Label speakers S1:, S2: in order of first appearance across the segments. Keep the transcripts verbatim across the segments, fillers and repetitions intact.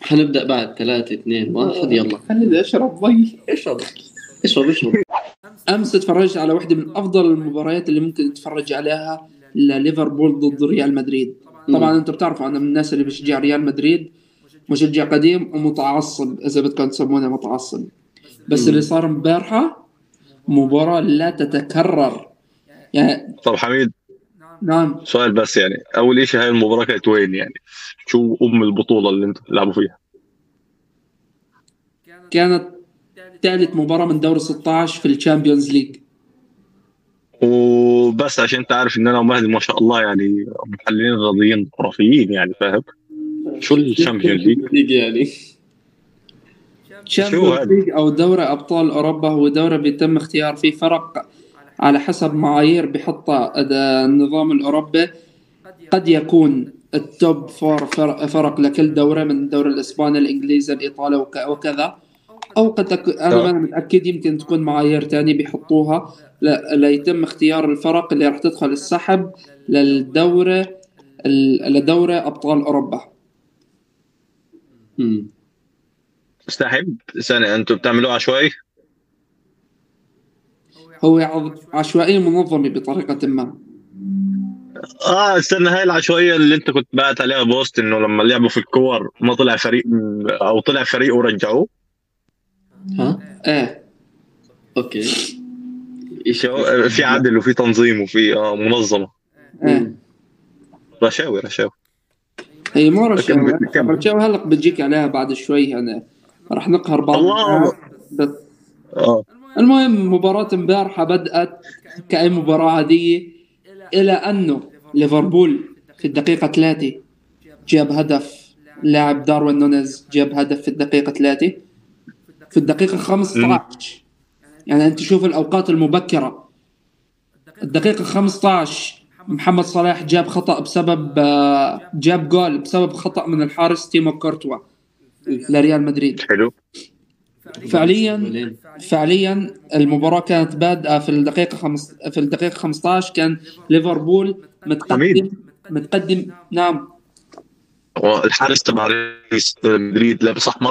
S1: حنبدأ بعد ثلاثة اثنين واحد يلا.
S2: خليني أشرب مي.
S1: اشرب اشرب اشرب.
S2: أمس تفرجت على واحدة من أفضل المباريات اللي ممكن تتفرج عليها لليفربول ضد ريال مدريد. طبعا أنتوا بتعرفوا أنا من الناس اللي بشجع ريال مدريد، مشجع قديم ومتعصب إذا بدكم تسمونه متعصب. بس
S1: مم.
S2: اللي صار امبارحة مباراة لا تتكرر يعني.
S3: طب حميد،
S2: نعم،
S3: سؤال بس، يعني اول إشي هاي المباراة كانت وين؟ يعني شو ام البطولة اللي انتوا بتلعبوا فيها؟
S2: كانت ثالث مباراة من دور ستة عشر في الشامبيونز ليج.
S3: وبس عشان انت عارف ان انا ومهدي ما شاء الله يعني محللين رياضيين خرافيين، يعني فاهم شو الشامبيون ليج؟
S1: ليج يعني
S2: شامبيونز
S3: هذا؟
S2: ليج أو دوري أبطال أوروبا هو دوري بيتم اختيار فيه فرق على حسب معايير بحطها النظام الأوروبي. قد يكون التوب فور فر- فرق لكل دورة من الدوري الإسباني الإنجليزي الإيطالي وك- وكذا، أو قد تك... أنا ما
S3: آه.
S2: أنا متأكد يمكن تكون معايير تاني بيحطوها ل... ليتم اختيار الفرق اللي راح تدخل السحب للدورة ال- لدورة أبطال أوروبا.
S1: مم.
S3: استحب سنة انتوا بتعملوها عشوائي؟
S2: هو عض- عشوائية منظمة بطريقة ما.
S3: اه استنى، هاي العشوائية اللي انت كنت بعت عليها بوست انه لما لعبوا في الكور ما طلع فريق، او طلع فريق ورجعوه.
S1: ها
S2: إيه
S1: اوكي.
S3: شو- في عدل وفي تنظيم وفي اه منظمة.
S2: إيه
S3: رشاوي رشاوي.
S2: هي مو
S3: لكن
S2: رشاوى.
S3: بكمل.
S2: الرشاوى هلق بتجيك عليها بعد شوي، يعني راح نقهر بعض
S3: الله.
S2: الناس. بس
S3: اه
S2: المهم مباراة امبارحة بدأت كأي مباراة عادية، إلى أنه ليفربول في الدقيقة ثلاثة جاب هدف. لاعب داروين نونيز جاب هدف في الدقيقة ثلاثة. في الدقيقة خمسة عشر يعني أنت شوف الأوقات المبكرة. الدقيقة خمسة عشر محمد صلاح جاب خطأ بسبب آه، جاب جول بسبب خطأ من الحارس تيمو كورتوا لريال مدريد.
S3: حلو.
S2: فعليا فعليا المباراة كانت بادئة في الدقيقة خمس في الدقيقة خمسة عشر كان ليفربول متقدم
S3: حميد.
S2: متقدم نعم.
S3: الحارس تبع ريال مدريد لابس احمر.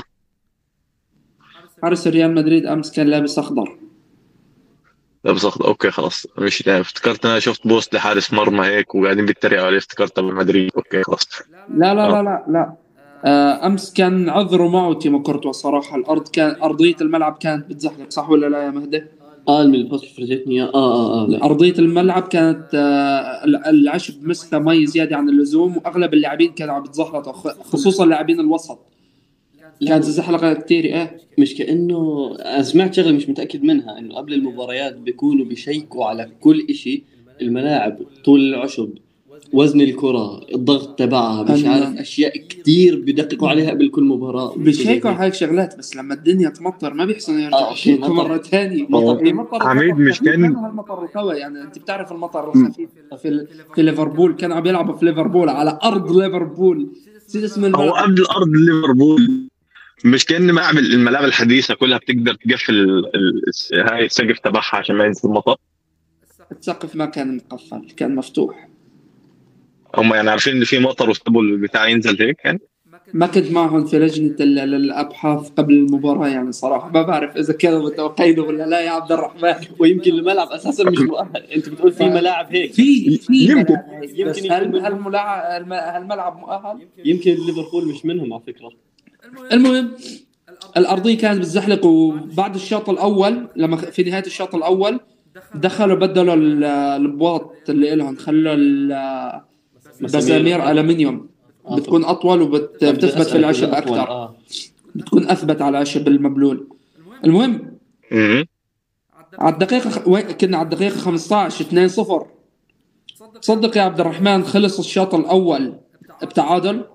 S2: حارس ريال مدريد أمس كان لابس أخضر.
S3: لابس اخضر، اوكي خلاص مش يعني افتكرت انا شفت بوست لحارس مرمى هيك وقاعدين بيتريقوا عليه، افتكرت تبع مدريد. اوكي خلاص.
S2: لا لا
S3: آه.
S2: لا لا لا آه، أمس كان عذره معه تيمو كورتوا صراحة. الأرض كان أرضية الملعب كانت بتزحلق، صح ولا لا يا مهدي؟
S1: اه من البوست فرجتني اياه. اه اه اه لا.
S2: أرضية الملعب كانت آه، العشب مسكة مي زيادة عن اللزوم، وأغلب اللاعبين كانوا عم بتزحلقوا، خصوصا لاعبين الوسط كانت الزحلقة كتير. إيه
S1: مش كأنه أنا سمعت شغله مش متأكد منها، إنه قبل المباريات بيكونوا بيشيكوا على كل إشي، الملاعب، طول العشب، وزن الكرة، الضغط تبعها، مش
S2: أنا-
S1: عارف أشياء كتير بدققوا عليها قبل كل مباراة.
S2: بيشيكوا على هيك شغلات، بس لما الدنيا تمطر ما بيحسنوا
S1: آه،
S2: يرجعوا
S1: أوكي،
S2: يشيكوا
S1: مطر.
S2: مرة ثانية.
S3: مطر.
S2: هي مطر
S3: حميد
S2: الخفيف
S3: مش كان-
S2: منه المطر القوي، يعني أنت بتعرف المطر الخفيف في ال- في ليفربول كانوا عم يلعبوا في ليفربول على أرض ليفربول. نسيت اسم
S3: هو
S2: الملعب.
S3: قبل ارض ليفربول، مش كان ملعب الملاعب الحديثه كلها بتقدر تقفل ال- ال- هاي السقف تبعها عشان ما ينزل المطر.
S2: السقف ما كان مقفل، كان مفتوح.
S3: هم يعني عارفين ان في مطر وسابوا البتاع ينزل هيك يعني.
S2: ما كنت معهم في لجنة ال- ال- الأبحاث قبل المباراة، يعني صراحة ما بعرف إذا كانوا متوقعين ولا لا يا عبد الرحمن.
S1: ويمكن الملعب أساسا مش مؤهل. أنت بتقول في ملاعب هيك،
S2: في في
S3: يمكن.
S2: ملاعب هيك،
S1: يمكن
S2: بس
S1: يكون
S2: هل
S1: منهم.
S2: هل ملاعب الم- هالملعب مؤهل؟
S1: يمكن ليفربول مش منهم على فكرة.
S2: المهم الأرضية كانت بتزحلق، وبعد الشوط الأول لما خ- في نهاية الشوط الأول دخلوا بدلوا ال- البواط اللي لهم، خلوا ال- مسامير ألمنيوم
S1: آه،
S2: بتكون أطول وبتثبت في العشب
S1: أطول،
S2: أكثر،
S1: آه.
S2: بتكون أثبت على العشب المبلول. المهم
S3: مم.
S2: على الدقيقة خ... وين كنا؟ على الدقيقة خمسة عشر اثنين صفر. صدق يا عبد الرحمن خلص الشوط الأول بتعادل.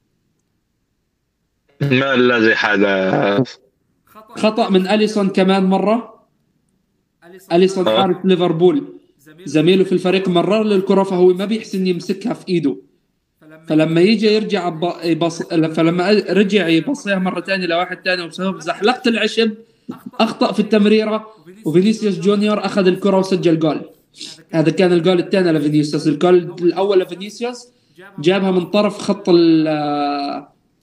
S3: ما لا زي حدا.
S2: خطأ من أليسون كمان مرة. أليسون
S3: آه.
S2: حارس ليفربول زميله في الفريق مرر للكرة، فهو ما بيحسن يمسكها في إيده، فلما يجي يرجع ب... يبص... فلما رجع يبصيها مرة تانية لواحد تاني وبسبب زحلقة العشب أخطأ في التمريرة، وفينيسيوس جونيور أخذ الكرة وسجل جول. هذا كان الجول الثاني لفينيسيوس. الجول الأول لفينيسيوس جابها من طرف خط ال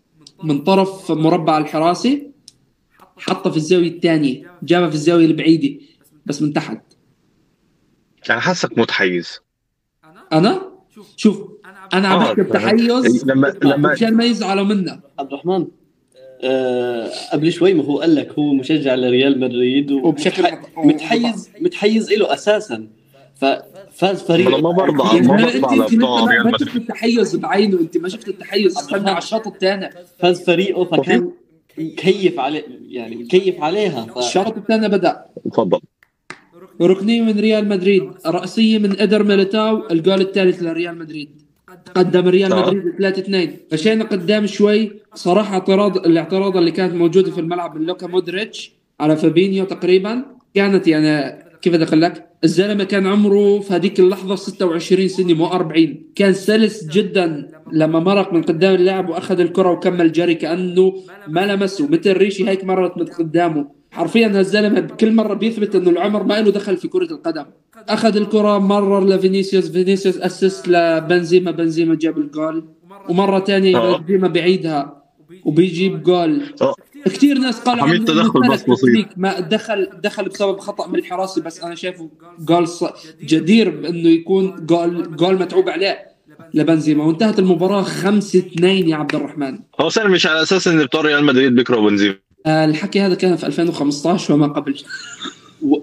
S2: من طرف مربع الحراسي، حطه في الزاوية الثانية، جابها في الزاوية البعيدة بس من تحت.
S3: انا حاسك متحيز.
S2: أنا شوف أنا عم
S3: آه،
S2: بحكي بتحيز
S3: لما لما
S2: مشان ما يزعلوا منا.
S1: عبد الرحمن آه قبل شوي ما هو قال لك هو مشجع لريال مدريد
S2: وبشكل
S1: ومتح- متحيز متحيز له اساسا، ففاز فريق.
S3: أنا ما برضى
S2: يعني
S3: ما
S2: أنت
S3: برضى على
S2: أنت
S3: ابطال ريال
S2: ما
S3: مدريد.
S2: شفت التحيز بعينه، أنت ما شفت التحيز، استنى على الشوط الثاني.
S1: فاز فريقه فكان مكيف عليه، يعني مكيف عليها. ف...
S2: الشوط الثاني بدأ
S3: تفضل.
S2: ركنية من ريال مدريد، رأسية من إدر ميليتاو، الجول الثالث لريال مدريد، قدم ريال
S3: آه.
S2: مدريد ثلاثة اثنين. مشينا قدام شوي صراحة، اعتراض الاعتراض اللي كانت موجودة في الملعب من لوكا مودريتش على فابينيو تقريبا كانت يعني كيف بدي اقول لك، الزلمة كان عمره في هذيك اللحظة ستة وعشرين سنة مو أربعين، كان سلس جدا لما مرق من قدام اللاعب واخذ الكرة وكمل جري كأنه ما لمسه، مثل ريشي هيك مرت من قدامه. حرفيا هالزلمة كل مرة بيثبت انه العمر ما له دخل في كرة القدم. اخذ الكرة مرر لفينيسيوس، فينيسيوس اسيست لبنزيما، بنزيما جاب الجول، ومرة تانية
S3: آه.
S2: بنزيما بعيدها وبيجيب جول.
S3: آه.
S2: كثير ناس قالوا
S3: حميد
S2: عنه
S3: تدخل
S2: إنه
S3: بس
S2: سلك
S3: بسيط.
S2: تكنيك، ما دخل دخل بسبب خطأ من الحراسي، بس انا شايفه جول ص... جدير بانه يكون جول جول متعوب عليه لبنزيما. وانتهت المباراة خمسة اثنين يا عبد الرحمن.
S3: هو سنة مش على اساس ان بتوع ريال مدريد بيكرهوا بنزيما.
S2: آه الحكي هذا كان في ألفين وخمسطعش وما قبل. و...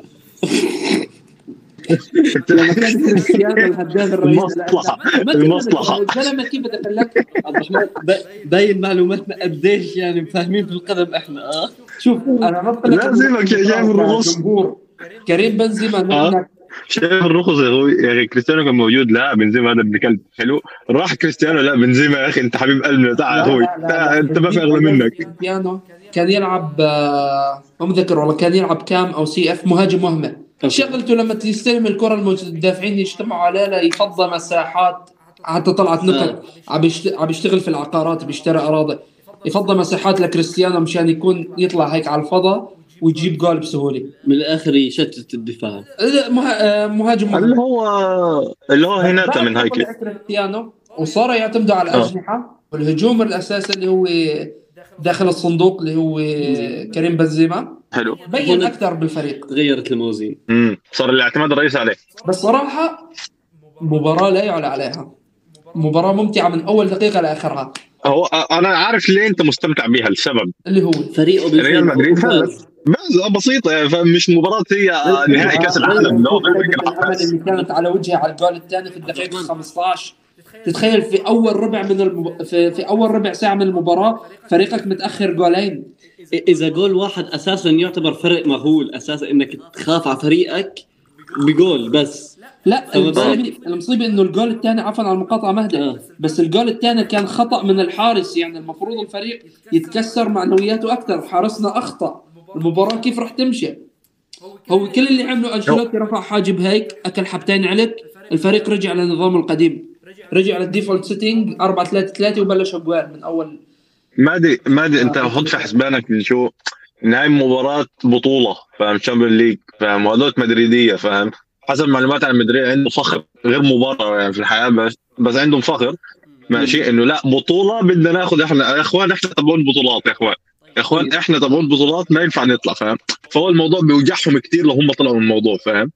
S2: لما كان كريستيانو الهداف الرئيسي.
S3: المصلحة
S2: ما
S3: المصلحة
S2: الزلمة كيف بدي اقول لك،
S1: عبد الرحمن ب- باين معلوماتنا قديش يعني فاهمين في القدم احنا. اه
S2: شوف انا ما بقول لك
S3: لازمك يا جاي من الرقص.
S2: جمهور كريم بنزيما
S3: آه.
S2: نحن
S3: شايف الرخص يا اخوي يا اخي. كريستيانو كان موجود، لا بنزيما هذا ابن كلب حلو. راح كريستيانو، لا بنزيما يا اخي انت حبيب قلبنا، تعال يا اخوي انت ما في اغلى منك.
S2: كريستيانو كان يلعب آه، ما متذكر والله، كان يلعب كام او سي اف، مهاجم مهمل. شغلته لما تستلم الكره المدافعين يجتمعوا عليه لا يفضى مساحات، حتى طلعت نكت عم يشت- عم يشتغل في العقارات، بيشتري اراضي، يفضى مساحات لكريستيانو مشان يكون يطلع هيك على الفضاء ويجيب جول بسهوله.
S1: من الاخر يشتت الدفاع.
S2: مه- آه، مهاجم
S3: اللي
S2: مهمل.
S3: هو اللي هو هنا من هيك.
S2: كريستيانو وصار يعتمدوا على الأجنحة، والهجوم الأساسي اللي هو داخل الصندوق اللي هو كريم بنزيما
S3: حلو.
S2: بين أكثر بالفريق.
S1: تغيرت الموازين.
S3: امم صار الاعتماد الرئيسي عليه.
S2: بس صراحة مباراة لا يعلى عليها، مباراة ممتعة من أول دقيقة لآخرها.
S3: هو انا عارف ليه انت مستمتع بيها، السبب
S2: اللي هو
S1: فريقه
S3: ريال مدريد
S1: فاز.
S3: بس بسيطه يعني، فمش مباراه هي نهائي كاس العالم. اللي هو
S2: الأمل اللي كانت على وجهها على الجول الثاني في الدقيقة خمسة عشر. تتخيل في أول ربع من المب... في... في أول ربع ساعة من المباراة فريقك متأخر جولين.
S1: اذا جول واحد اساسا يعتبر فرق مهول، اساسا انك تخاف على فريقك بجول بس.
S2: لا المصيبة المصيبة انه الجول الثاني عفوا على المقاطعة مهدي
S1: آه.
S2: بس الجول الثاني كان خطأ من الحارس، يعني المفروض الفريق يتكسر معنوياته اكثر. حارسنا اخطأ، المباراة كيف راح تمشي؟ هو كل اللي عمله انشيلوتي رفع حاجب هيك، اكل حبتين علك، الفريق رجع لنظامه القديم، رجع للديفولت سيتنج أربعة ثلاثة ثلاثة وبلش اجوال من اول.
S3: مادي مادي انت حط في حسبانك من شو نهاية مباراة بطولة، فاهم؟ تشامبيون ليج، فاهم؟ وهذول مدريدية، فاهم؟ حسب معلومات عن مدريد عنده فخر غير مبرر يعني في الحياة، بس بس عندهم فخر ماشي انه لا بطولة بدنا ناخذ احنا يا اخوان، احنا تبعون بطولات يا اخوان يا اخوان احنا تبعون بطولات، ما ينفع نطلع، فاهم؟ فهو الموضوع بيوجعهم كتير لو هم طلعوا من الموضوع، فاهم؟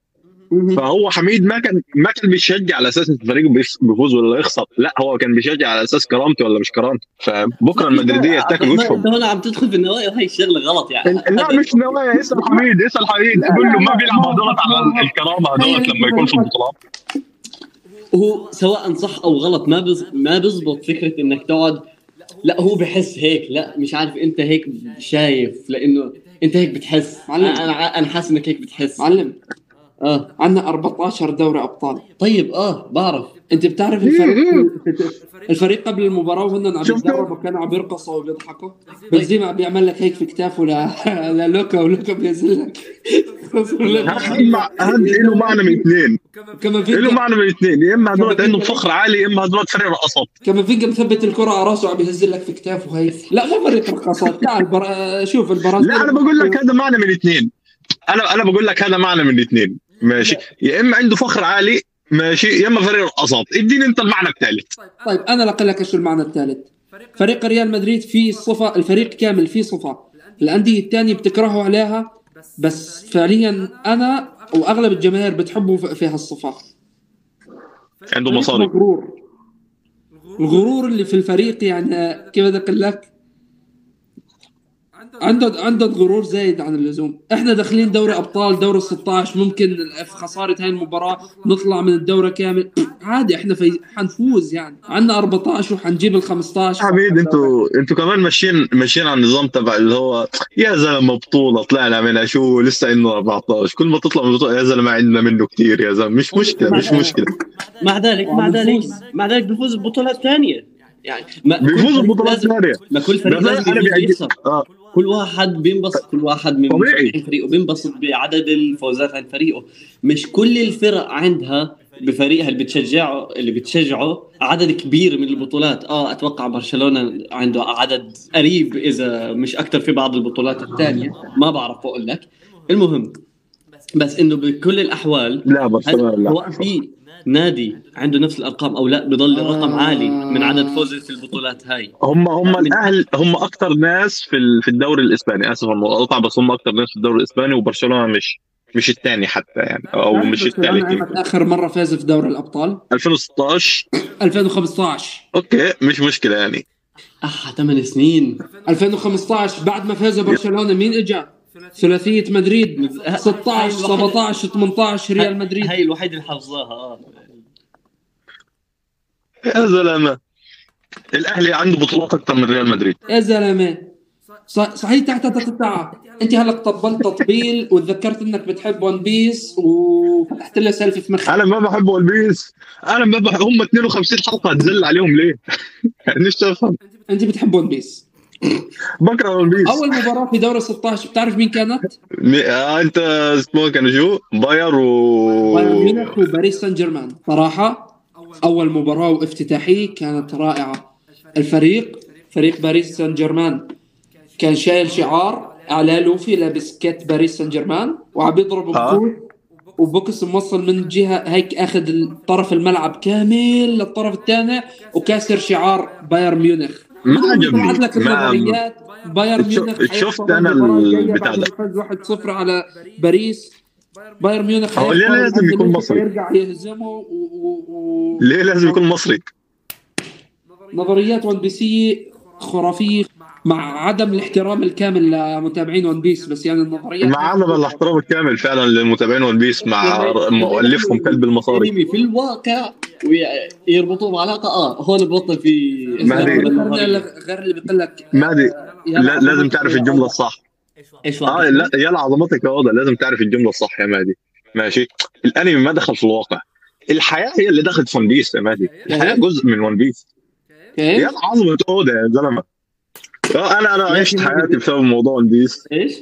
S3: فهو حميد ما كان ما كان بيشجع على اساس ان فريقه بيفوز ولا يخسر، لا هو كان بيشجع على اساس كرامته ولا مش كرامته، فاهم؟ بكره المدريديه تاكل وشهم.
S1: انت هون عم تدخل في النوايا وهي شغله غلط يعني.
S3: لا مش نوايا، اسال حميد اسال حميد تقول له ما بيلعب هذول على الكرامه هذول لما يكون في البطولات.
S1: هو سواء صح او غلط ما بز... ما بزبط فكره انك تقعد، لا هو بحس هيك، لا مش عارف انت هيك شايف، لانه انت هيك بتحس. انا انا انا حاسس انك هيك بتحس
S2: معلم.
S1: اه
S2: عندنا أربعة عشر دوري ابطال.
S1: طيب اه بعرف.
S2: انت بتعرف الفريق الفريق قبل المباراه وهن عم يتدربوا كانوا عم يرقصوا وبيضحكوا، بنزيما عم بيعمل لك هيك في كتافه ل... للوكا، ولوكا بينزل لك.
S3: هذا له معنى من اثنين،
S2: كمان
S3: له
S2: في
S3: معنى من اثنين، يا اما هذول عندهم فخر عالي يا اما هذول فريق رقصات.
S2: كمان في مثبت الكره على راسه عم يهزل لك في كتافه هيك. لا مو فريق رقصات، لا البر... شوف البرازيل.
S3: لا انا بقول لك هذا معنى من اثنين، انا انا بقول لك هذا معنى من اثنين ماشي، يا اما عنده فخر عالي ماشي، يا اما فريق رقصات. اديني انت المعنى الثالث.
S2: طيب انا لقل لك ايش المعنى الثالث. فريق ريال مدريد فيه صفة، الفريق كامل فيه صفة الأندية الثانية بتكرهوا عليها، بس فعليا أنا وأغلب الجماهير بتحبوا في هالصفة.
S3: عنده مصاري.
S2: الغرور الغرور اللي في الفريق، يعني كيف بدي أقول لك، عنده عنده غرور زايد عن اللزوم. احنا داخلين دوري ابطال، دوري ستة عشر، ممكن في خساره هاي المباراه نطلع من الدوري كامل عادي، احنا في حنفوز، يعني عندنا أربعة عشر وحنجيب ال خمسة عشر.
S3: حبيبي انتوا انتوا كمان ماشيين ماشيين على النظام تبع اللي هو يا زلمه بطوله طلعنا منها شو لسه انه أربعة عشر، كل ما تطلع من بطوله يا زلمه عندنا منه كتير يا زلمه، مش مشكله مش مشكله.
S1: مع ذلك مع ذلك مع ذلك بيفوز ببطولات ثانيه، يعني
S3: بيفوز ببطولات ثانيه،
S1: ما كل فريق لازم يخسر. آه. كل واحد بينبسط، كل واحد من فريقه بينبسط بعدد الفوزات عند فريقه. مش كل الفرق عندها بفريقها اللي بتشجعه اللي بتشجعه عدد كبير من البطولات. اه اتوقع برشلونة عنده عدد قريب اذا مش اكثر في بعض البطولات الثانيه، ما بعرف اقول لك. المهم بس انه بكل الاحوال
S3: لا برشلونة لا،
S1: هو في نادي عنده نفس الارقام او لا بضل الرقم آه. عالي من عدد فوزه في البطولات هاي.
S3: هم هم الاهل هم اكثر ناس في في الدوري الاسباني، اسف المقاطعه، بس هم اكثر ناس في الدوري الاسباني، وبرشلونه مش مش الثاني حتى يعني، او مش الثالث.
S2: اخر مره فاز في دوري الابطال
S3: ألفين وستة عشر
S2: ألفين وخمسة عشر.
S3: اوكي مش مشكله يعني.
S1: اه ثمان سنين.
S2: ألفين وخمسة عشر بعد ما فاز برشلونه مين اجى؟ ثلاثيه مدريد، ستة عشر سبعة عشر ثمانية عشر ريال مدريد.
S1: هاي الوحيد اللي حافظاها. اه
S3: يا زلمه الاهلي عنده بطولات اكثر من ريال مدريد
S2: يا زلمه. صحيح تحت تتعب. انت هلا طبلت تطبيل وتذكرت انك بتحب ون بيس وفتحت لها سيلفي في مخك.
S3: انا ما بحب ون بيس، انا ما بحب. هم اثنين وخمسين حلقه هتزل عليهم ليه؟ مش تفهم.
S2: انت بتحب ون بيس.
S3: بكره ون بيس.
S2: اول مباراه في دوري ستة عشر بتعرف مين كانت؟
S3: مي... آه انت اسمه كانوا شو؟ باير و
S2: بايرن ميونخ وباريس سان جيرمان. صراحه اول مباراه وافتتاحيه كانت رائعه. الفريق فريق باريس سان جيرمان كان شايل شعار على لوفي لابس كت باريس سان جيرمان وعم يضرب بكوس وبوكس موصل من جهه هيك اخذ طرف الملعب كامل للطرف الثاني وكاسر شعار بايرن ميونخ.
S3: ما عجبني
S2: لك النظريات. بايرن ميونخ
S3: شفت انا البتاع ده
S2: واحد صفر على باريس. بايرن ميونخ
S3: هو ليه لازم يكون مصري؟
S2: يرجع يهزمه و... و...
S3: ليه لازم يكون مصري؟
S2: نظريات ون بيسية خرافية مع عدم الاحترام الكامل لمتابعين ون بيس، بس يعني النظريات
S3: مع عدم الاحترام الكامل فعلا للمتابعين ون بيس مع مؤلفهم كلب المصاري
S1: في الواقع ويربطوه بعلاقه. اه هون ببطل في
S2: غير اللي بيقول لك
S3: مادي. لازم تعرف الجمله الصح.
S1: ايش
S3: اه لا يلا عظمتك يا وضع، لازم تعرف الجمله الصح يا مادي. ماشي الانمي ما دخل في الواقع، الحياه هي اللي دخلت في ون بيس يا مادي. الحياه جزء من ون بيس. يا عظمه اودا يا زلمه. اه انا انا عشت حياتي بسبب موضوع ون بيس.
S1: ايش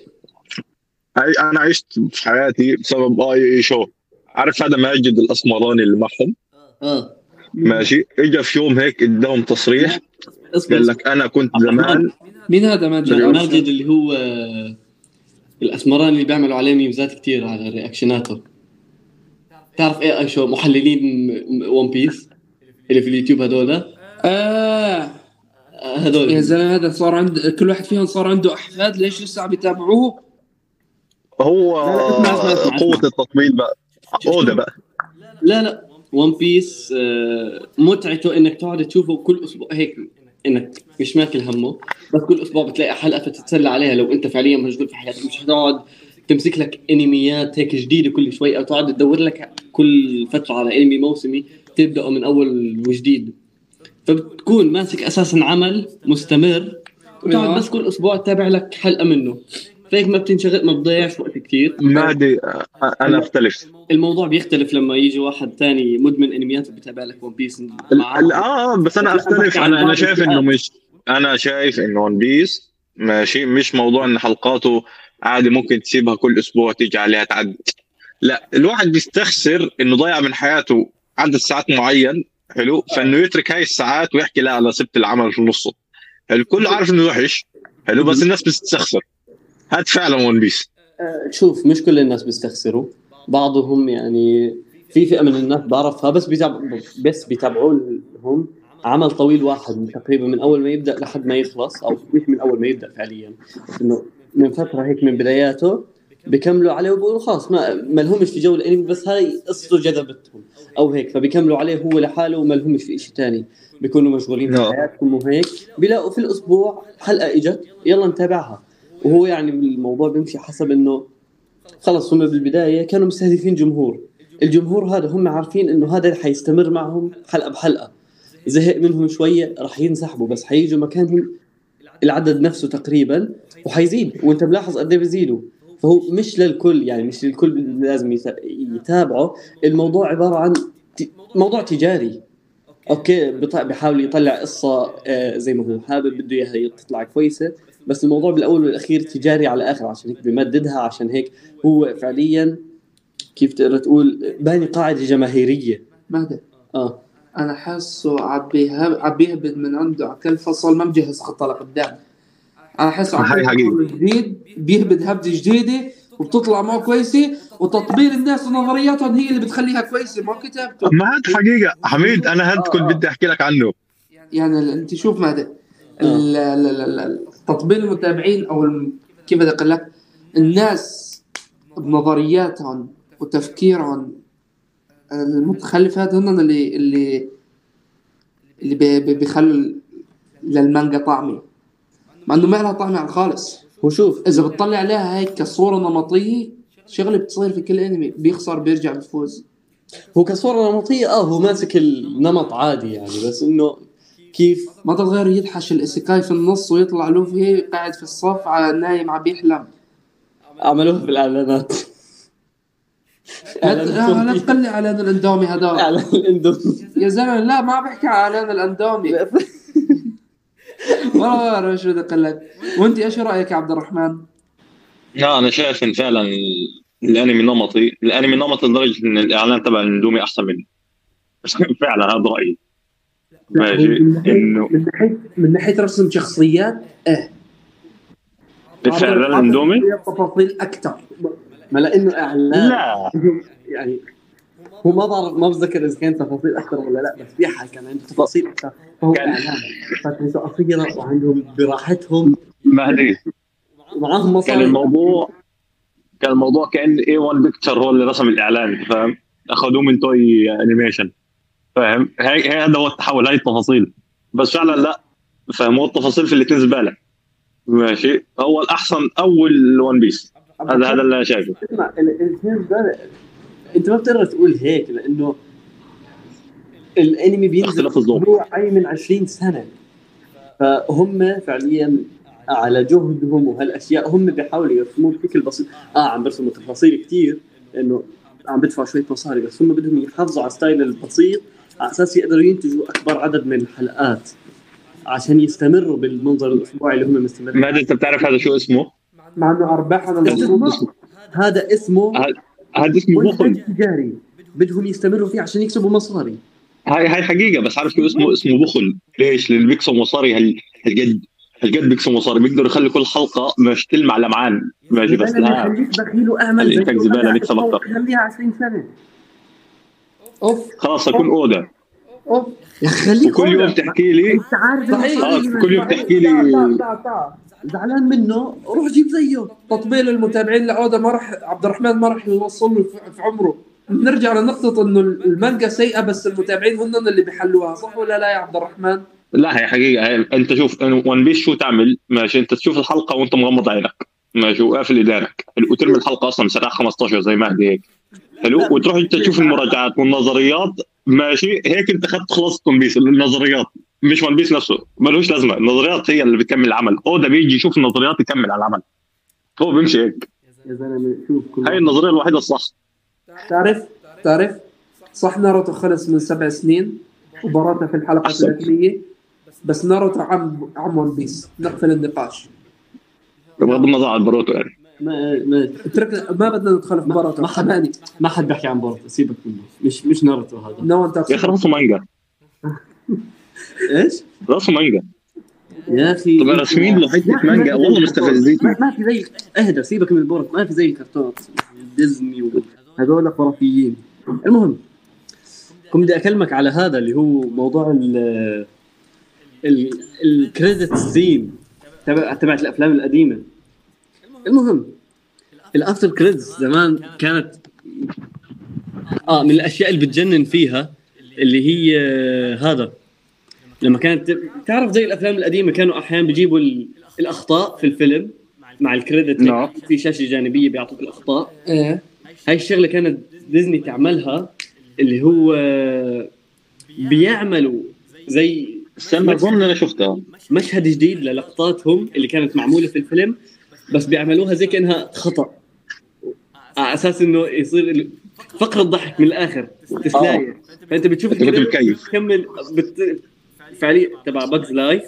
S3: انا عشت في حياتي بسبب اي شو. عارف هذا ماجد الاسمراني اللي معهم؟
S1: اه
S3: ماشي. اجى في يوم هيك اداهم تصريح قال لك انا كنت زمان.
S2: مين هذا ماجد؟
S1: ماجد اللي هو الاسمراني اللي بيعملوا عليه ميمزات كتير على رياكشناته. تعرف ايه اي شو محللين ون بيس اللي في اليوتيوب هذول؟
S2: اه
S1: هذول
S2: يا زلمه هذا صار عند كل واحد فيهم صار عنده احفاد، ليش لسه عم يتابعوه؟
S3: هو قوه التطبيل بقى اودا بقى.
S1: لا لا ون بيس متعته انك تقعد تشوفه كل اسبوع هيك، انك مش ماكل همه، بس كل اسبوع بتلاقي حلقه فتتسلى عليها. لو انت فعليا مشغول في حياتك مش هتقعد تمسك لك انميات هيك جديده كل شوي او تقعد تدور لك كل فتره على انمي موسمي تبداه من اول وجديد. فبتكون ماسك اساسا عمل مستمر وتقعد بس كل اسبوع تتابع لك حلقه منه، فهيك ما بتنشغل ما بتضيعش وقت كتير.
S3: ما دي انا اختلف.
S1: الموضوع بيختلف لما يجي واحد تاني مدمن انميات وبيتابع لك ون بيس.
S3: اه بس انا اختلف. انا انا شايف انه مش انا شايف انه ون بيس ماشي مش موضوع ان حلقاته عادي ممكن تسيبها كل اسبوع تيجي عليها تعد. لا الواحد بيستخسر انه ضيع من حياته عدد ساعات معين حلو، فانه يترك هاي الساعات ويحكي لا انا سبت العمل في نصه. الكل عارف انه وحش حلو بس الناس بتستخسر. هاد فعلا ون بيس.
S1: شوف مش كل الناس بيستخسروا، بعضهم يعني في فئة من الناس بعرفها بس بيتابعوا بس بيتابعوهم عمل طويل واحد من تقريبا من اول ما يبدا لحد ما يخلص، او مش من اول ما يبدا فعليا، انه من فتره هيك من بداياته بيكملوا عليه وبقولوا خلاص ما ما لهمش في جو الانمي، بس هاي قصته جذبتهم او هيك، فبيكملوا عليه هو لحاله وما لهمش في شيء تاني، بيكونوا مشغولين
S3: نعم.
S1: في حياتهم وهيك، بيلاقوا في الاسبوع حلقه اجت يلا نتابعها. وهو يعني الموضوع بيمشي حسب انه خلص هم بالبدايه كانوا مستهدفين جمهور، الجمهور هذا هم عارفين انه هذا حيستمر معهم حلقه بحلقه، زهق منهم شويه راح ينسحبوا، بس حييجوا مكانهم العدد نفسه تقريبا وحيزيد، وانت ملاحظ قد ايه بيزيدوا. فهو مش للكل، يعني مش للكل لازم يتا- يتابعه. الموضوع عباره عن ت- موضوع تجاري، اوكي بط- بيحاول يطلع قصه آه، زي ما هو حابب بده اياها تطلع كويسه، بس الموضوع بالاول والاخير تجاري على الاخر، عشان هيك بيمددها، عشان هيك هو فعليا كيف تقدر تقول باني قاعده جماهيريه.
S2: ماذا
S1: اه
S2: انا حاسه عبيها عبيها من عنده على كل فصل ما مجهز خطه لقدام. انا حاسه على
S3: هاي
S2: كل
S3: حقيقة.
S2: فصل جديد بيهبد هبده جديده وبتطلع ما كويسه، وتطبيل الناس ونظرياتهم هي اللي بتخليها كويسه، ما كتابته.
S3: ما هاد حقيقه حميد، انا هاد
S1: آه،
S3: كنت
S1: آه.
S3: بدي احكي لك عنه.
S2: يعني ال- انت شوف ماذا ال- ال- ال- ال- تطبيل المتابعين او الم- كيف بدي اقول لك، الناس بنظرياتهم وتفكيرهم المتخلفات هن اللي اللي اللي بي- بي- بيخلوا للمانجا طعمه، مع انه ما لها طعمه على الخالص.
S1: وشوف
S2: اذا بتطلع عليها هيك كصوره نمطيه، شغله بتصير في كل انمي، بيخسر بيرجع بيفوز.
S1: هو كصورة نمطية اه هو ماسك النمط عادي يعني، بس انه كيف
S2: ما تغير يدحش الاسيكاي في النص ويطلع له فيه قاعد في الصف على نايم عم بيحلم.
S1: عملوها في الاعلانات.
S2: لا ت- لا لا تقلي على اعلان الاندومي هذا
S1: اعلان الاندومي.
S2: يا زلمه، لا ما بحكي على اعلان الاندومي والله ما شو بدي اقول لك. وانت ايش رايك يا عبد الرحمن؟
S3: لا انا شايف ان فعلا الانمي نمطي، الانمي نمطي لدرجه ان الاعلان تبع الاندومي احسن منه. فعلا هذا رايي. ماشي انه
S2: من ناحيه من ناحيه رسم شخصيات ايه
S3: فعلا الاندومي
S2: تفاصيل اكثر.
S1: ما لانه اعلان
S3: لا
S1: يعني هو ما بعرف ما بتذكر اذا كان تفاصيل اكثر ولا لا، بس في حال كان عنده تفاصيل اكثر، فهو
S3: كان-
S1: اعلان فترته قصيره وعندهم براحتهم
S3: مهدي.
S1: ومعاهم
S3: كان
S1: مصاري.
S3: الموضوع كان الموضوع كان اي وان بيكتشر هو اللي رسم الاعلان، فاهم؟ اخذوه من توي انيميشن، فاهم؟ هي هي هذا هو التحول، هاي التفاصيل. بس فعلا لا، فاهم؟ هو التفاصيل في الاثنين زباله. ماشي، هو الاحسن اول ون بيس. هذا هذا اللي انا شايفه.
S1: اسمع ال- الاثنين ده انت ما بتقدر تقول هيك، لانه الانمي بينزل
S3: اختلاف الذوق.
S1: اسبوعي من عشرين سنه، فهم فعليا على جهدهم وهالاشياء هم بيحاولوا يرسموا بشكل بسيط. اه عم بيرسموا تفاصيل كتير لانه عم بدفعوا شويه مصاري، بس هم بدهم يحافظوا على ستايل البسيط على اساس يقدروا ينتجوا اكبر عدد من الحلقات عشان يستمروا بالمنظر الاسبوعي اللي هم مستمرين.
S3: مهدي انت بتعرف هذا شو اسمه؟
S2: مع انه ارباحهم المفروض
S1: هذا اسمه
S3: هذا هذا اسمه
S1: منتج
S3: بخل.
S1: تجاري بدهم يستمروا فيه عشان يكسبوا مصاري.
S3: هاي هاي حقيقه، بس عارف شو اسمه؟ اسمه بخل. ليش؟ للي بيكسبوا مصاري هال هالقد هالقد بيكسبوا مصاري، بيقدروا يخلوا كل حلقه مش تلمع لمعان. ماشي، بس لا
S1: خليك بخيل واعمل
S3: خلي إنتاج زبالة نكسب أكتر.
S1: خليها عشرين سنه.
S2: اوف
S3: خلاص اكون اودا.
S2: اوف
S1: يا خليك
S3: كل يوم
S1: أولى.
S3: تحكي لي
S1: انت عارف
S2: صحيح.
S3: خلاص كل يوم تحكي لي
S1: زعلان منه روح جيب زيه.
S2: تطبيل المتابعين لعوده ما راح عبد الرحمن ما راح يوصل له في- في عمره. نرجع لنقطة انه المانجا سيئة بس المتابعين هن اللي بيحلوها، صح ولا لا يا عبد الرحمن؟
S3: لا هي حقيقه. هي انت شوف ون بيس شو تعمل. ماشي، انت تشوف الحلقه وانت مغمض عينك، ماشي، وقافل ايدينك، وترمي الحلقه اصلا ساعه خمستاشر زي ما هي هيك، حلو، وتروح انت تشوف المراجعات والنظريات. ماشي، هيك انت اخذت خلاص ون بيس. النظريات مش ون بيس نفسه ملوش لازمه، النظريات هي اللي بتكمل العمل. اودا بيجي يشوف النظريات يكمل على العمل، هو بيمشي هيك.
S1: يا زلمه شوف كل
S3: هاي النظريه الوحيده الصح.
S2: تعرف تعرف صح ناروتو خلص من سبع سنين وباروتو في الحلقة
S3: أحسن.
S2: ثلاثمية، بس ناروتو عم عم ون بيس. نقفل النقاش،
S3: بغض النظر عن بروتو يعني.
S1: ما ما
S2: اتركنا ما بدنا ندخل في باروتو.
S1: ما حد ما حد بيحكي عن بوروتو، سيبك منه، مش مش ناروتو هذا.
S2: نو انت
S3: يا اخي راسه مانجا،
S1: ايش
S3: راسه مانجا.
S1: يا اخي
S3: طب رسمين له حته مانجا والله مستفزين.
S1: ما, ما في زي اهدى سيبك من بوروتو، ما في زي الكرتون ديزني وهذول خرافيين. المهم كنت بدي اكلمك على هذا اللي هو موضوع ال ال الكريدت سين تبع تبعت الافلام القديمه. المهم الافتر كريدتس زمان كانت اه من الاشياء اللي بتجنن فيها اللي هي هذا لما كانت تعرف زي الافلام القديمه كانوا احيانا بيجيبوا الاخطاء في الفيلم مع الكريدت
S3: نعم.
S1: في شاشه جانبيه بيعطوك الاخطاء.
S2: ايه
S1: هاي الشغله كانت ديزني تعملها اللي هو بيعملوا زي
S3: استنى اظن انا شفتها.
S1: مشهد جديد للقطاتهم اللي كانت معموله في الفيلم بس بيعملوها زي كانها خطا على اساس انه يصير فقره ضحك من الاخر تسلايه. فانت بتشوف
S3: أنت كنت مكيف.
S1: تكمل بت... فعليا تبع باجز لايف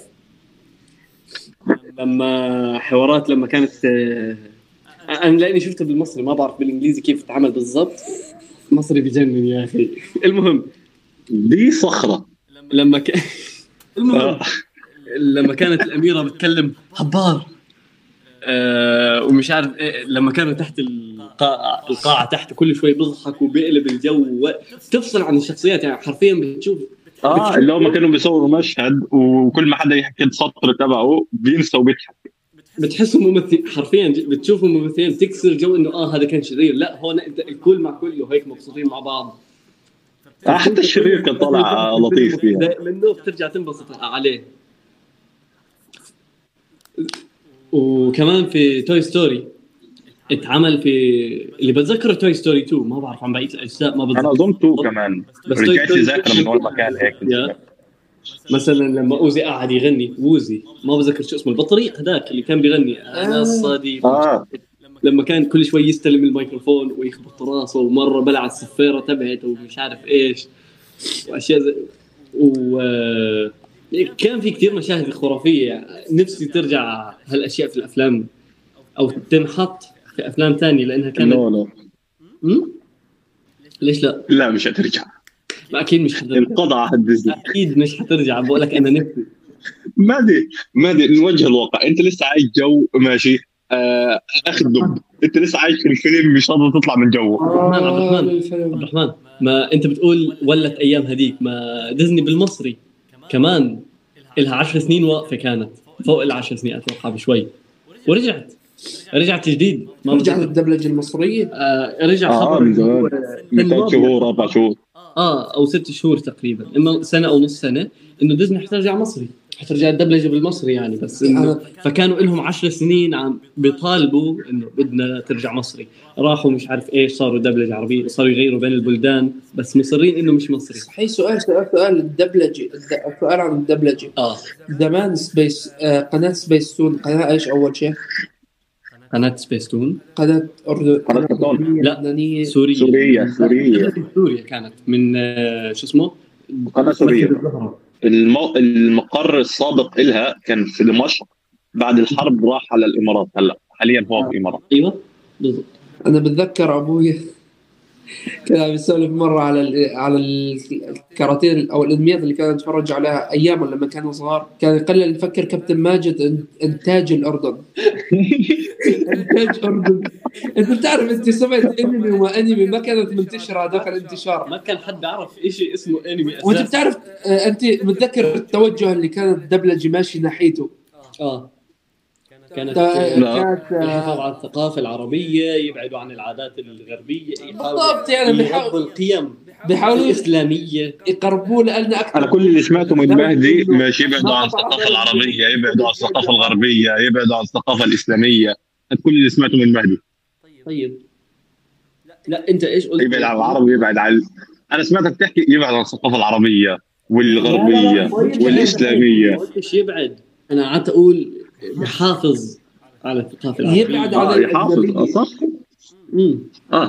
S1: لما حوارات لما كانت آه، انا لاني شفته بالمصري ما بعرف بالانجليزي كيف تتعامل بالضبط. مصري بجنن يا اخي. المهم
S3: دي صخره
S1: لما ك... المهم
S3: آه.
S1: لما كانت الاميره بتكلم حبار آه ومش عارف إيه لما كانوا تحت القاعه القاعه تحت كل شوي بيضحك وبيقلب الجو تفصل عن الشخصيات يعني حرفيا بتشوف
S3: اه اللي هم كانوا بيصوروا مشهد وكل ما حدا يحكي السطر تبعه بينسى وبيضحك.
S1: بتحسوا ممثل حرفيا بتشوفوا ممثلين تكسر جو انه اه هذا كان شرير لا هون انت الكل مع كله هيك مبسوطين مع بعض.
S3: آه حتى الشرير كان طالع لطيف فيها
S1: منه بترجع تنبسط عليه. وكمان في توي ستوري اتعمل في اللي بتذكر توي ستوري تو ما بعرف عن بقيه الاجزاء ما بتذكر.
S3: انا اظن تو كمان
S1: بس
S3: رجعت
S1: توي
S3: ذاكره من وين ما كان هيك.
S1: مثلا لما اوزي قاعد يغني ووزي ما بذكر شو اسمه البطريق هذاك اللي كان بيغني انا الصديق
S3: اه
S1: لما كان كل شوي يستلم الميكروفون ويخبط راسه ومره بلع الصفيره تبعته ومش عارف ايش واشياء زي و كان في كتير مشاهد خرافيه يعني. نفسي ترجع هالاشياء في الافلام او تنحط في افلام ثانيه لانها كانت
S3: لا لا
S1: امم ليش لا
S3: لا مش هترجع.
S1: ما اكيد مش حترجع
S3: انقضى عهد ديزني.
S1: اكيد مش حترجع بقول لك انا نفسي
S3: مادي مادي نوجه الواقع. انت لسه عايش جو ماشي آه اخذ دب. انت لسه عايش في الفيلم مش راضي تطلع من جوه.
S1: عبد الرحمن عبد الرحمن ما انت بتقول ولت ايام هذيك ما ديزني بالمصري كمان لها عشر سنين واقفه كانت فوق العشر سنين اتوقع بشوي ورجعت رجعت جديد
S2: ما رجعت الدبلجه المصريه.
S1: آه رجع
S3: آه
S1: خبر
S3: من زمان ثلاث شهور اربع شهور
S1: اه او ست شهور تقريبا اما سنه او نص سنه انه ديزني حترجع مصري حترجع الدبلجه بالمصري يعني بس إنه فكانوا لهم عشر سنين عم بيطالبوا انه بدنا ترجع مصري راحوا مش عارف ايش صاروا دبلجه عربيه صاروا يغيروا بين البلدان بس مصرين انه مش مصري.
S2: صحيح. سؤال سؤال سؤال الدبلجه سؤال عن الدبلجه
S1: اه
S2: زمان سبيس آه قناه سبيس تون قناه ايش اول شيء؟
S1: قناه سبيس تون
S2: قناه اردن
S3: قناه كرتون
S1: لا
S2: لبنانيه
S1: سوريا
S3: سوريا سوريا
S1: سوريا كانت من آه شو اسمه
S3: قناه سوريا. المو... المقر السابق إلها كان في دمشق بعد الحرب راح على الإمارات. هلا حاليا هو في الإمارات.
S1: ايوه بالضبط.
S2: انا بتذكر ابوي كان عم يسولف مره على ال على الكراتين او الانميات اللي كان يتفرج عليها ايام لما كانوا صغار كان يقلل نفكر كابتن ماجد انتاج الاردن. انتاج الاردن انت بتعرف انت سمعت انمي وما انمي ما كانت منتشره هذاك الانتشار
S1: ما كان حد بيعرف شيء اسمه انمي
S2: وانت بتعرف انت متذكر التوجه اللي كانت الدبلجه ماشي ناحيته.
S1: اه كانت
S2: كانت
S1: الحفاظ على الثقافه العربيه يبعدوا عن العادات الغربيه
S2: بالضبط يعني
S1: بيحاولوا القيم
S2: بيحاولوا
S1: الاسلاميه
S2: يقربوا لنا اكثر.
S3: انا كل اللي سمعته من مهدي ماشي يبعدوا عن الثقافه العربيه يبعدوا عن الثقافه الغربيه يبعدوا عن الثقافه الاسلاميه. كل اللي سمعته من مهدي.
S1: طيب لا انت ايش قلت؟
S3: يبعد عن العرب ويبعد عن انا سمعتك تحكي يبعد عن الثقافه العربيه والغربيه والاسلاميه.
S1: ايش يبعد؟ انا قعدت اقول يحافظ على الثقافه العربيه.
S2: يبعد
S3: آه
S2: على
S3: يحافظ اه صح.
S1: امم
S3: اه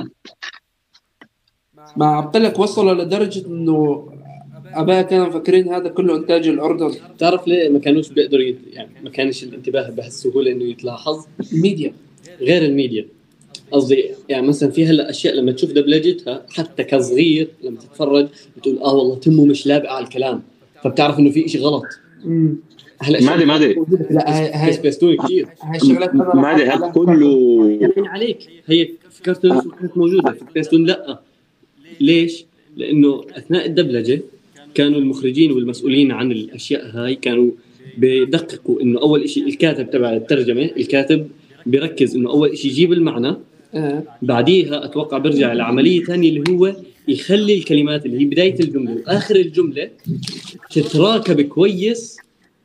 S2: ما قلت لك وصلوا لدرجه انه اباء كانوا مفكرين هذا كله انتاج الاردن.
S1: تعرف ليه ما كانوش بيقدروا يت... يعني ما كانش الانتباه بهالسهوله انه يتلاحظ؟
S2: الميديا
S1: غير الميديا قصدي يعني مثلا في هلا اشياء لما تشوف دبلجتها حتى كصغير لما تتفرج بتقول اه والله تمه مش لابقه على الكلام فبتعرف انه في شيء غلط.
S2: امم
S1: هلا
S3: مادي مادي
S2: لا هاي هاي
S1: سبيستون كثير
S2: هاي الشغلات
S3: مادي هذا كله
S1: يعني عليك هي في كرتون كانت موجوده في سبيستون لا ليش؟ لانه اثناء الدبلجه كانوا المخرجين والمسؤولين عن الاشياء هاي كانوا بدققوا انه اول شيء الكاتب تبع الترجمه الكاتب بيركز انه اول شيء يجيب المعنى،
S2: آه.
S1: بعديها اتوقع برجع لعمليه ثانيه اللي هو يخلي الكلمات اللي هي بدايه الجمله واخر الجمله تتراكب كويس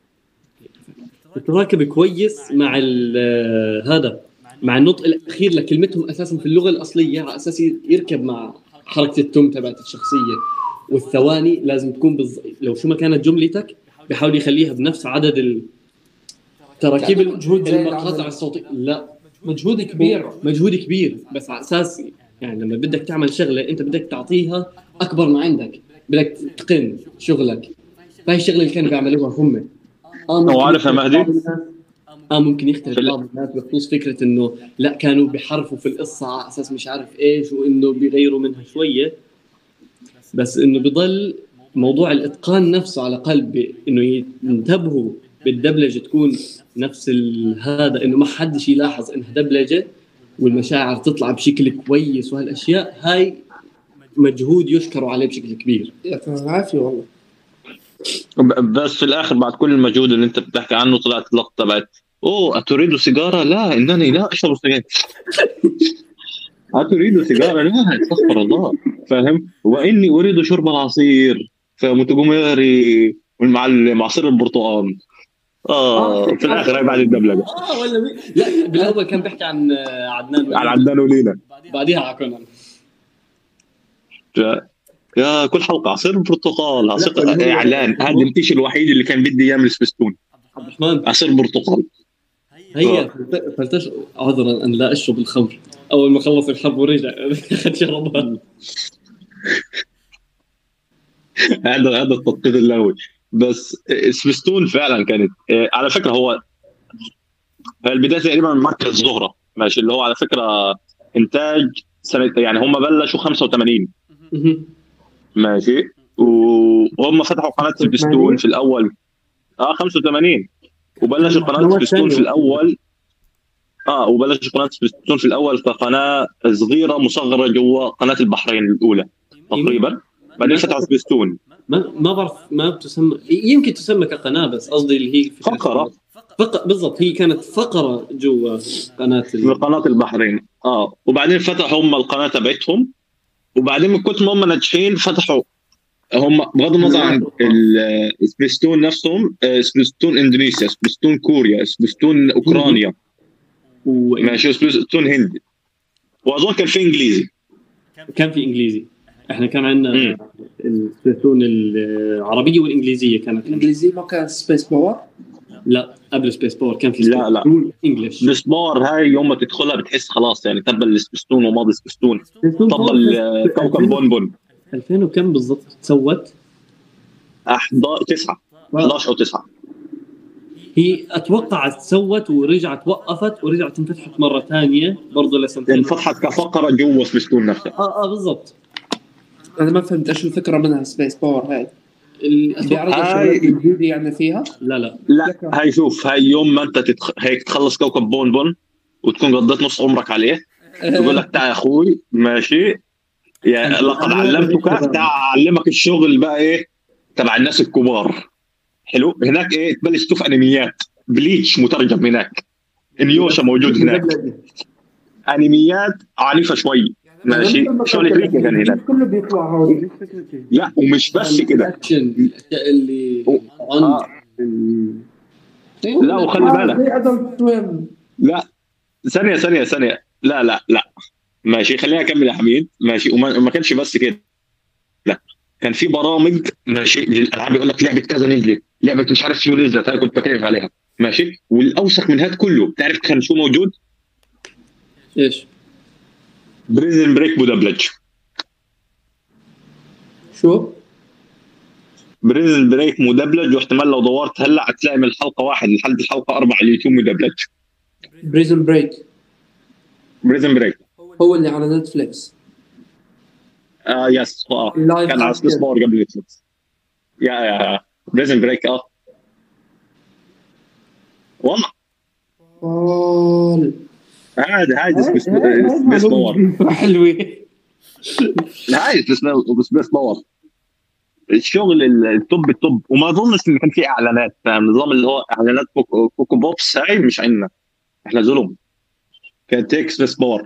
S1: تتراكب كويس مع هذا مع النطق الاخير لكلمتهم اساسا في اللغه الاصليه على اساس يركب مع حركه التم تبعت الشخصيه، والثواني لازم تكون بز... لو شو ما كانت جملتك بحاول يخليها بنفس عدد التراكيب المقاطع الصوتيه. لا
S2: مجهود كبير
S1: مجهود كبير بس على اساس يعني لما بدك تعمل شغله انت بدك تعطيها اكبر ما عندك، بدك تقن شغلك. فهي الشغله اللي كانوا بيعملوها هم.
S3: اه وعارفها مهدي
S1: اه ممكن يختلف بعض الناس بخصوص فكره انه لا كانوا بيحرفوا في القصه على اساس مش عارف ايش وانه بيغيروا منها شويه، بس انه بضل موضوع الاتقان نفسه على قلب انه ينتبهوا بالدبلجه تكون نفس هذا انه ما حدش يلاحظ انها دبلجه والمشاعر تطلع بشكل كويس وهالاشياء هاي مجهود يشكروا عليه بشكل كبير.
S2: يعطيك العافيه والله.
S3: بس في الاخر بعد كل المجهود اللي انت بتحكي عنه طلعت لقطه بعد اوه اتريد سيجاره؟ لا انني لا اشرب سيجاره. اتريد سيجاره؟ لا استغفر الله، فاهم؟ واني اريد شرب العصير فمتجمري والمعلم عصير البرتقال. اه في الاخر هي بعد الدبلجه.
S1: اه ولا مي... لا بالاول كان بيحكي عن عدنان ولينا.
S3: عن عدنان ولينا
S1: بعديها على كونان.
S3: يا كل حلقه عصير برتقال عصير اعلان. هذا الشيء الوحيد اللي كان بدي اياه من سبيستون،
S1: عبد الرحمن
S3: عصير برتقال.
S1: هي فلتش عذرا ان لا اشرب الخمر. اول ما خلص الحرب ورجع اخذ شربها.
S3: هذا هذا التطبيق اللغوي. بس سبيستون فعلا كانت على فكره هو البدايه تقريبا مركز زهره ماشي، اللي هو على فكره انتاج سنه يعني هم بلشوا خمسة وثمانين ماشي، وهم فتحوا قناه سبيستون في الاول اه خمسة وثمانين وبلشوا قناه سبيستون في الاول اه وبلشوا قناه سبيستون في الاول كقناه صغيره مصغره جوا قناه البحرين الاولى تقريبا، بعدين فتحوا سبيستون.
S1: ما ما بعرف ما بتسمى، يمكن تسمى كقناه بس قصدي اللي هي
S3: فقره
S1: فق... بالضبط هي كانت فقره جوا قناه ال...
S3: قناه البحرين اه وبعدين فتحوا هم القناه تبعتهم، وبعدين من كثر ما هم ناجحين فتحوا هم بغض النظر عن سبيستون نفسهم، سبيستون اندونيسيا، سبيستون كوريا، سبيستون اوكرانيا وماشي سبيستون هند، واظن كان في انجليزي
S1: كان في انجليزي. احنا كان عندنا السبيستون العربيه والانجليزيه. كانت
S2: الانجليزيه ما كان سبيس باور؟
S1: لا قبل سبيس باور كان في
S3: لا لا
S1: انجلش.
S3: سبيس باور هاي يوم ما تدخلها بتحس خلاص يعني تبل السبيستون وماضي سبيستون طبل كوكب بونبون.
S1: ألفين وكم بالضبط تسوت؟
S3: أحد عشر تسعة أحد عشر او تسعة
S1: هي اتوقع تسوت ورجعت وقفت ورجعت انفتحت مره ثانيه برضه لسنتين.
S3: انفتحت كفقره جوا سبيستون نفسها.
S1: اه اه بالضبط.
S2: انا ما فهمت ايش الفكره منها سبيس باور هاي.
S1: بيعرض
S2: الشباب الجديد يعني فيها؟
S1: لا لا
S3: لا هاي شوف هاي يوم ما انت تتخ... هيك تخلص كوكب بونبون وتكون قضيت نص عمرك عليه تقول لك تعال يا اخوي ماشي يعني لقد علمتك تعال اعلمك الشغل بقى ايه تبع الناس الكبار. حلو هناك ايه تبلش تشوف انميات بليتش مترجم هناك، انيوشا موجود هناك، انميات عنيفه شوي ماشي شغل فريق كان هناك
S2: كله بيطلع هون.
S3: لا ومش بس كده
S1: اللي
S3: آه. لا وخلي بالك لا ثانيه ثانيه ثانيه لا لا لا ماشي خلينا اكمل يا حميد ماشي. وما ما كانش بس كده، لا كان في برامج ماشي للالعاب يقول لك لعبه كذا نزلت، لعبه مش عارف شو نزلت، انا كنت بكلم عليها ماشي. والاوسخ من هذا كله تعرف كان شو موجود؟
S1: ايش؟
S3: بريزن بريك مدبلج.
S2: شو؟
S3: بريزن بريك مدبلج، واحتمال لو دورت هلا هتلاقي من الحلقه واحد لحد الحلقه أربعة على اليوتيوب مدبلج.
S2: بريزن بريك
S3: بريزن بريك
S2: هو اللي على نتفليكس.
S3: اه يس اه كان على سبيس باور قبل نتفليكس. يا يا بريزن بريك اه والله
S2: والله
S3: هذا هذا سبيس باور
S2: حلوه.
S3: هاي بس بس بس باور الشغل التوب التوب. وما اظنش ان كان في اعلانات، فاهم النظام اللي هو اعلانات كوكو, كوكو بوبس هاي مش عندنا احنا ظلم. كان تكس بس باور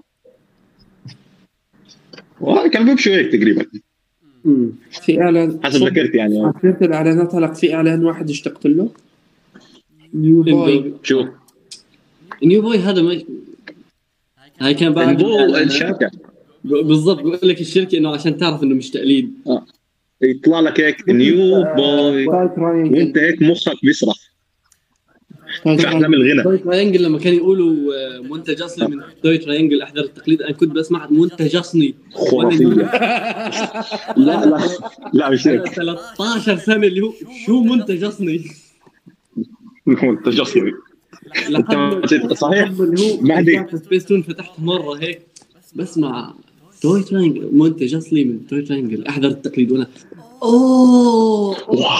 S3: وكان بيمشوا هيك تقريبا
S2: في اعلان
S3: حسب ذكرت يعني.
S2: عرفت الاعلانات هلا في اعلان واحد اشتقت له نيو بوي.
S3: شو
S1: نيو بوي هذا ما هاي كان بعد
S3: الشركه
S1: بالضبط بقول لك الشركه انه عشان تعرف انه مش تقليد
S3: اه يطلع لك هيك نيو بوي وانت هيك مخك بيسرح في احلام الغنى.
S1: توي تراينجل لما كانوا يقولوا منتج اصلي من توي تراينجل احذر التقليد، انا كنت بسمع منتج اصلي
S3: خرافيه. لا لا لا مش هيك.
S1: ثلاثة عشر سنه اللي هو شو منتج اصلي
S3: منتج اصلي صحيح.
S1: مهدي سبيستون فتحت مره هيك بسمع توي تراينجل منتج اصلي من توي تراينجل احذر التقليد وانا اوه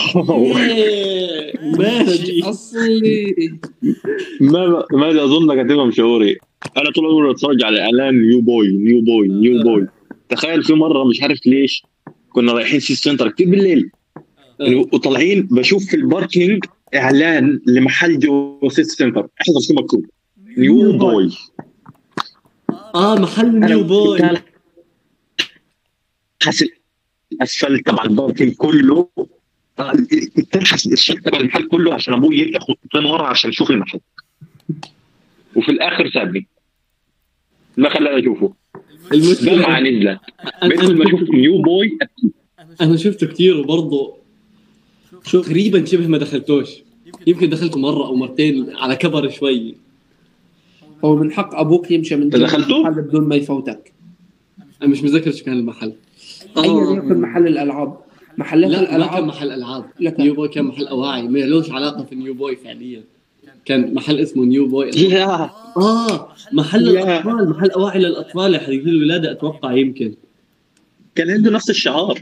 S1: ماشي
S2: اصلي.
S3: ما ما اظن كاتبها مشهوري. انا طول عمري اتفرج على اعلان نيو بوي نيو بوي نيو بوي. تخيل في مره مش عارف ليش كنا رايحين سي سنتر كتير بالليل وطالعين بشوف في الباركينج اعلان لمحل جوا سي سنتر احذر شو مكتوب نيو بوي.
S1: اه محل نيو بوي
S3: حاسس اسفل تبع الباركينج كله تنحس الشيء تبع المحل كله عشان ابوي يرجع خطوتين ورا عشان يشوف المحل وفي الاخر سابني ما خلاني اشوفه. المشكله نزلت بين ما شفت نيو بوي
S1: انا شفته كثير وبرضه شو تقريبا شبه ما دخلتوش، يمكن دخلته مره او مرتين على كبر شوي.
S2: هو من حق ابوك يمشي من
S3: دخلته
S2: بدون ما يفوتك.
S1: انا مش متذكر شو كان المحل.
S2: ايوه يكون محل الالعاب محلات
S1: لا
S2: الالعاب.
S1: ما كان محل العاب نيو بوي كان محل اواعي ما لهش علاقه في نيو بوي فعليا. كان محل اسمه نيو بوي
S3: لا
S1: اه محل الاطفال محل اواعي للاطفال حديث الولاده اتوقع. يمكن
S3: كان عنده نفس الشعار.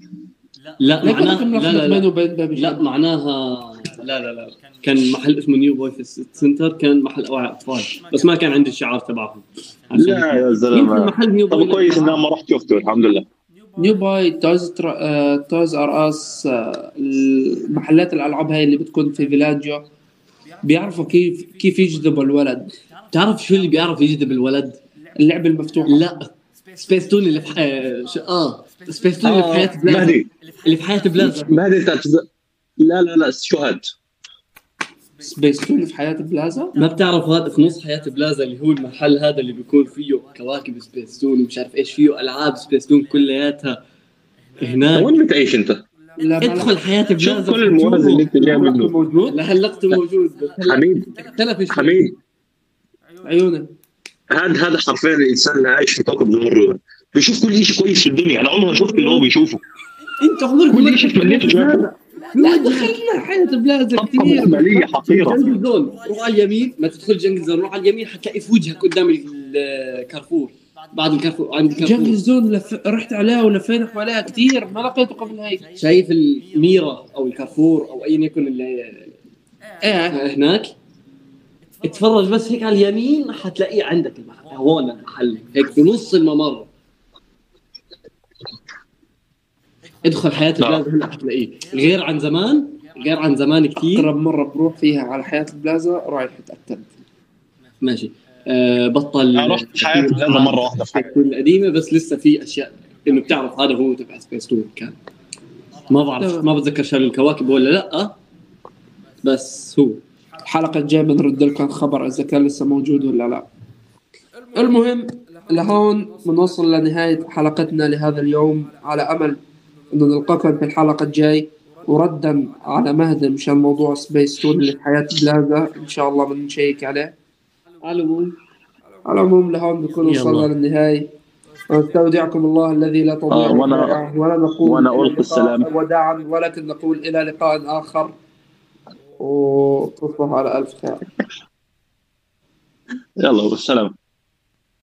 S1: لا معناها لا لا
S2: لا,
S1: لا معناها لا لا لا كان محل اسمه نيو بوي في السنتر. كان محل اواعي اطفال بس ما كان عندي الشعار تبعهم.
S3: لا يا زلمه
S1: محل نيو بوي
S3: طب كويس ان ما رحت شفته الحمد لله.
S2: نيو باي توز تر... آه... توز ار اس آه... المحلات الالعاب هاي اللي بتكون في فيلاجيو بيعرفوا كيف كيف يجذبوا الولد.
S1: تعرف شو اللي بيعرف يجذب الولد؟
S2: اللعبه المفتوحه.
S1: لا سبيستون اللي في ح... اه سبيستون اللي في حياه بلازا
S3: مهدي.
S1: اللي في حياه بلازا
S3: مهدي تتز... لا لا لا شو هاد
S2: سبيستون في حياه بلازا.
S1: ما بتعرف هذا في نص حياه بلازا اللي هو المحل هذا اللي بيكون فيه كواكب سبيستون ومش عارف ايش فيه العاب سبيستون كلياتها هناك.
S3: وين بتعيش انت؟
S1: ادخل حياه بلازا
S3: شوف كل الموازي اللي انت جاي منه
S2: موجود.
S1: لا هلقته موجود
S3: حميد حميد
S2: عيونك.
S3: هذا هذا حرفيا الانسان اللي عايش في كوكب زهره بيشوف كل شيء كويس في الدنيا. انا عمري ما شفت اللي هو بيشوفه.
S1: انت عمرك
S3: كل شيء تمنيته شافه.
S2: لا دخلنا حياه بلازا كثير.
S3: ماليه حقيره.
S1: جنجل زون روح على اليمين ما تدخل جنجل زون روح على اليمين حتلاقي في وجهك قدام الكارفور. بعد الكارفور عند الكارفور
S2: جنجل زون لف... رحت عليها ولفينا حواليها كثير ما لقيته قبل هيك.
S1: شايف الميرا او الكارفور او اي يكن اللي
S2: ايه
S1: هناك اتفرج بس هيك على اليمين حتلاقيه عندك المحل. هون المحل هيك في نص الممر. ادخل حياة بلازا هلا حتلاقيه غير عن زمان غير عن زمان كتير.
S2: أقرب مرة بروح فيها على حياة بلازا رايح اتأكد.
S1: ماشي أه بطل.
S3: أنا رحت حياة بلازا مرة واحدة في حياتي
S1: القديمة بس لسه في أشياء إنه بتعرف هذا هو تبع سبيستون كان ما بعرف ما بتذكر شال الكواكب ولا لأ بس هو.
S2: الحلقة الجاية بنرد لكم خبر إذا كان لسه موجود ولا لا. المهم لهون بنوصل لنهاية حلقتنا لهذا اليوم على أمل إنه نلقاكم في الحلقة الجاي. وردا على مهد مشان موضوع سبيستون اللي في حياة بلازا إن شاء الله بنشيك عليه.
S1: على العموم
S2: على العموم لهون بنكون وصلنا للنهاية. ونستودعكم الله الذي لا تضيع ودائعه ولا نقول
S3: وأنا ألقي السلام
S2: وداعا ولكن نقول إلى لقاء آخر وتصبحوا على ألف خير.
S3: يلا والسلام.